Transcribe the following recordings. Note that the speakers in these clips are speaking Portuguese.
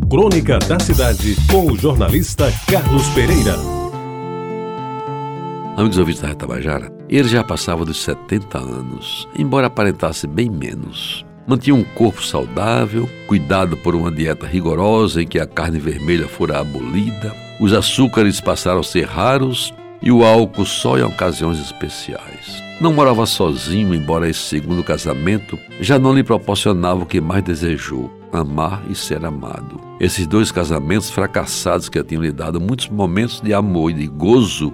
Crônica da Cidade, com o jornalista Carlos Pereira. Amigos ouvintes da Tabajara, ele já passava dos 70 anos, embora aparentasse bem menos. Mantinha um corpo saudável, cuidado por uma dieta rigorosa em que a carne vermelha fora abolida, os açúcares passaram a ser raros e o álcool só em ocasiões especiais. Não morava sozinho, embora esse segundo casamento já não lhe proporcionava o que mais desejou: amar e ser amado. Esses dois casamentos fracassados que tinham lhe dado muitos momentos de amor e de gozo,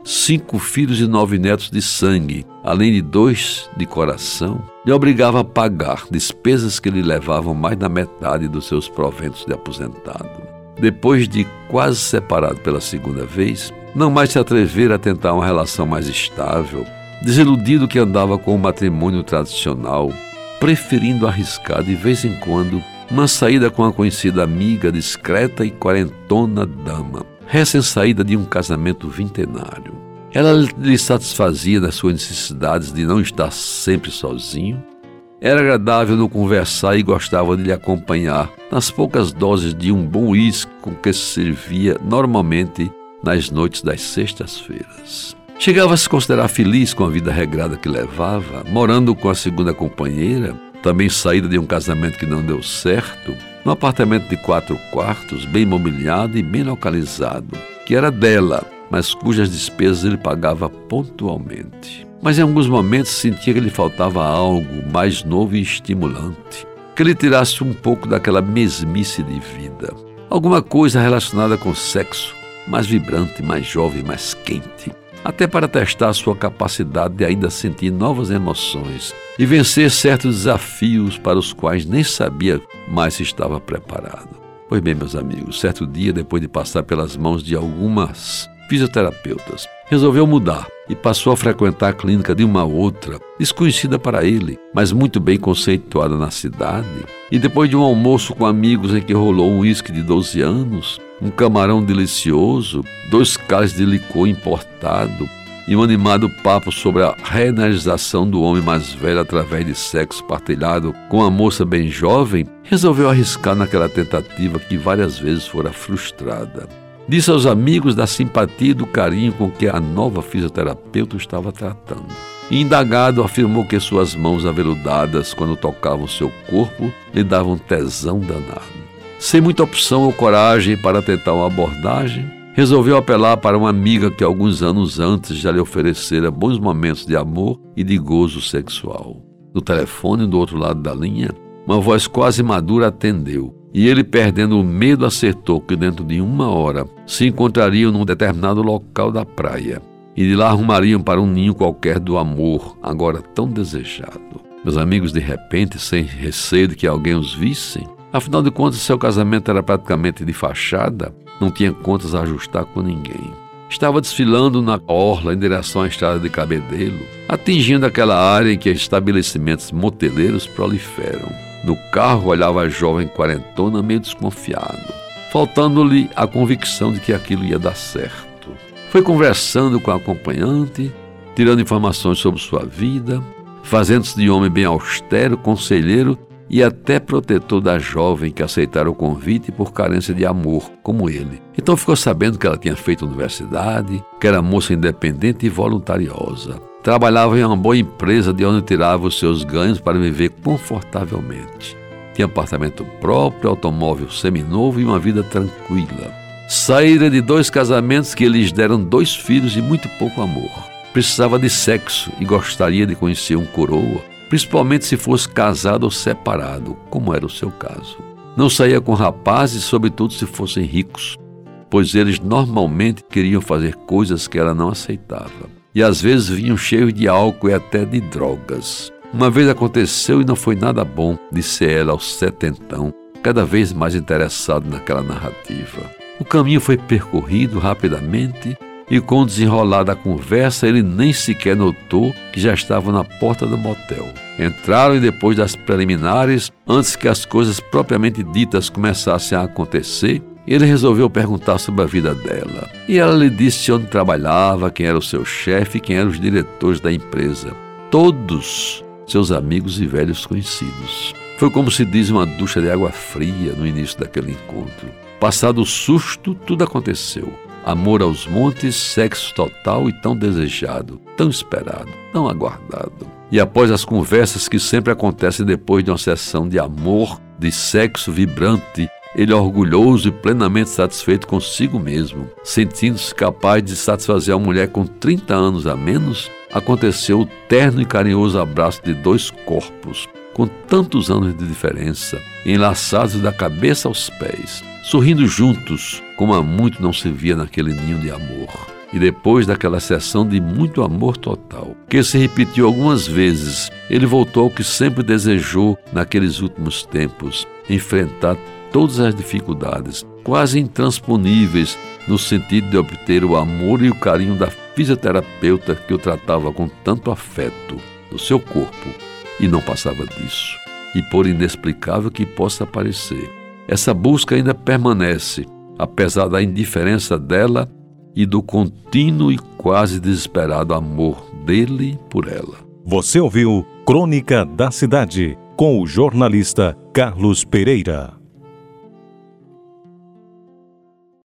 5 filhos e 9 netos de sangue, além de 2 de coração, lhe obrigava a pagar despesas que lhe levavam mais da metade dos seus proventos de aposentado. Depois de quase separado pela segunda vez, não mais se atrevera a tentar uma relação mais estável, desiludido que andava com o matrimônio tradicional, preferindo arriscar de vez em quando uma saída com uma conhecida amiga discreta e quarentona dama, recém-saída de um casamento vintenário. Ela lhe satisfazia das suas necessidades de não estar sempre sozinho, era agradável no conversar e gostava de lhe acompanhar nas poucas doses de um bom uísque com que se servia normalmente nas noites das sextas-feiras. Chegava a se considerar feliz com a vida regrada que levava, morando com a segunda companheira, também saída de um casamento que não deu certo, num apartamento de 4 quartos, bem mobiliado e bem localizado, que era dela, mas cujas despesas ele pagava pontualmente. Mas em alguns momentos sentia que lhe faltava algo mais novo e estimulante, que lhe tirasse um pouco daquela mesmice de vida. Alguma coisa relacionada com sexo, mais vibrante, mais jovem, mais quente, até para testar sua capacidade de ainda sentir novas emoções e vencer certos desafios para os quais nem sabia mais se estava preparado. Pois bem, meus amigos, certo dia, depois de passar pelas mãos de algumas fisioterapeutas, resolveu mudar e passou a frequentar a clínica de uma outra, desconhecida para ele, mas muito bem conceituada na cidade. E depois de um almoço com amigos em que rolou um uísque de 12 anos, um camarão delicioso, 2 cálices de licor importado e um animado papo sobre a reenergização do homem mais velho através de sexo partilhado com uma moça bem jovem, resolveu arriscar naquela tentativa que várias vezes fora frustrada. Disse aos amigos da simpatia e do carinho com que a nova fisioterapeuta o estava tratando. E indagado, afirmou que suas mãos aveludadas, quando tocavam seu corpo, lhe davam tesão danado. Sem muita opção ou coragem para tentar uma abordagem, resolveu apelar para uma amiga que alguns anos antes já lhe oferecera bons momentos de amor e de gozo sexual. No telefone, do outro lado da linha, uma voz quase madura atendeu, e ele, perdendo o medo, acertou que dentro de 1 hora se encontrariam num determinado local da praia, e de lá arrumariam para um ninho qualquer do amor, agora tão desejado. Meus amigos, de repente, sem receio de que alguém os visse, afinal de contas, seu casamento era praticamente de fachada, não tinha contas a ajustar com ninguém. Estava desfilando na orla em direção à estrada de Cabedelo, atingindo aquela área em que estabelecimentos moteleiros proliferam. No carro olhava a jovem quarentona meio desconfiado, faltando-lhe a convicção de que aquilo ia dar certo. Foi conversando com a acompanhante, tirando informações sobre sua vida, fazendo-se de homem bem austero, conselheiro e até protetor da jovem que aceitara o convite por carência de amor, como ele. Então ficou sabendo que ela tinha feito universidade, que era moça independente e voluntariosa. Trabalhava em uma boa empresa de onde tirava os seus ganhos para viver confortavelmente. Tinha apartamento próprio, automóvel seminovo e uma vida tranquila. Saíra de 2 casamentos que lhes deram 2 filhos e muito pouco amor. Precisava de sexo e gostaria de conhecer um coroa, principalmente se fosse casado ou separado, como era o seu caso. Não saía com rapazes, sobretudo se fossem ricos, pois eles normalmente queriam fazer coisas que ela não aceitava. E às vezes vinham cheios de álcool e até de drogas. Uma vez aconteceu e não foi nada bom, disse ela aos 70, cada vez mais interessado naquela narrativa. O caminho foi percorrido rapidamente e com o desenrolar da conversa ele nem sequer notou que já estavam na porta do motel. Entraram e depois das preliminares, antes que as coisas propriamente ditas começassem a acontecer, ele resolveu perguntar sobre a vida dela. E ela lhe disse onde trabalhava, quem era o seu chefe e quem eram os diretores da empresa. Todos seus amigos e velhos conhecidos. Foi como se diz uma ducha de água fria no início daquele encontro. Passado o susto, tudo aconteceu. Amor aos montes, sexo total e tão desejado, tão esperado, tão aguardado. E após as conversas que sempre acontecem depois de uma sessão de amor, de sexo vibrante, ele orgulhoso e plenamente satisfeito consigo mesmo, sentindo-se capaz de satisfazer a mulher com 30 anos a menos, aconteceu o terno e carinhoso abraço de dois corpos, com tantos anos de diferença, enlaçados da cabeça aos pés, sorrindo juntos, como há muito não se via naquele ninho de amor. E depois daquela sessão de muito amor total, que se repetiu algumas vezes, ele voltou ao que sempre desejou naqueles últimos tempos, enfrentar todas as dificuldades, quase intransponíveis, no sentido de obter o amor e o carinho da fisioterapeuta que o tratava com tanto afeto no seu corpo, e não passava disso. E por inexplicável que possa parecer, essa busca ainda permanece, apesar da indiferença dela e do contínuo e quase desesperado amor dele por ela. Você ouviu Crônica da Cidade, com o jornalista Carlos Pereira.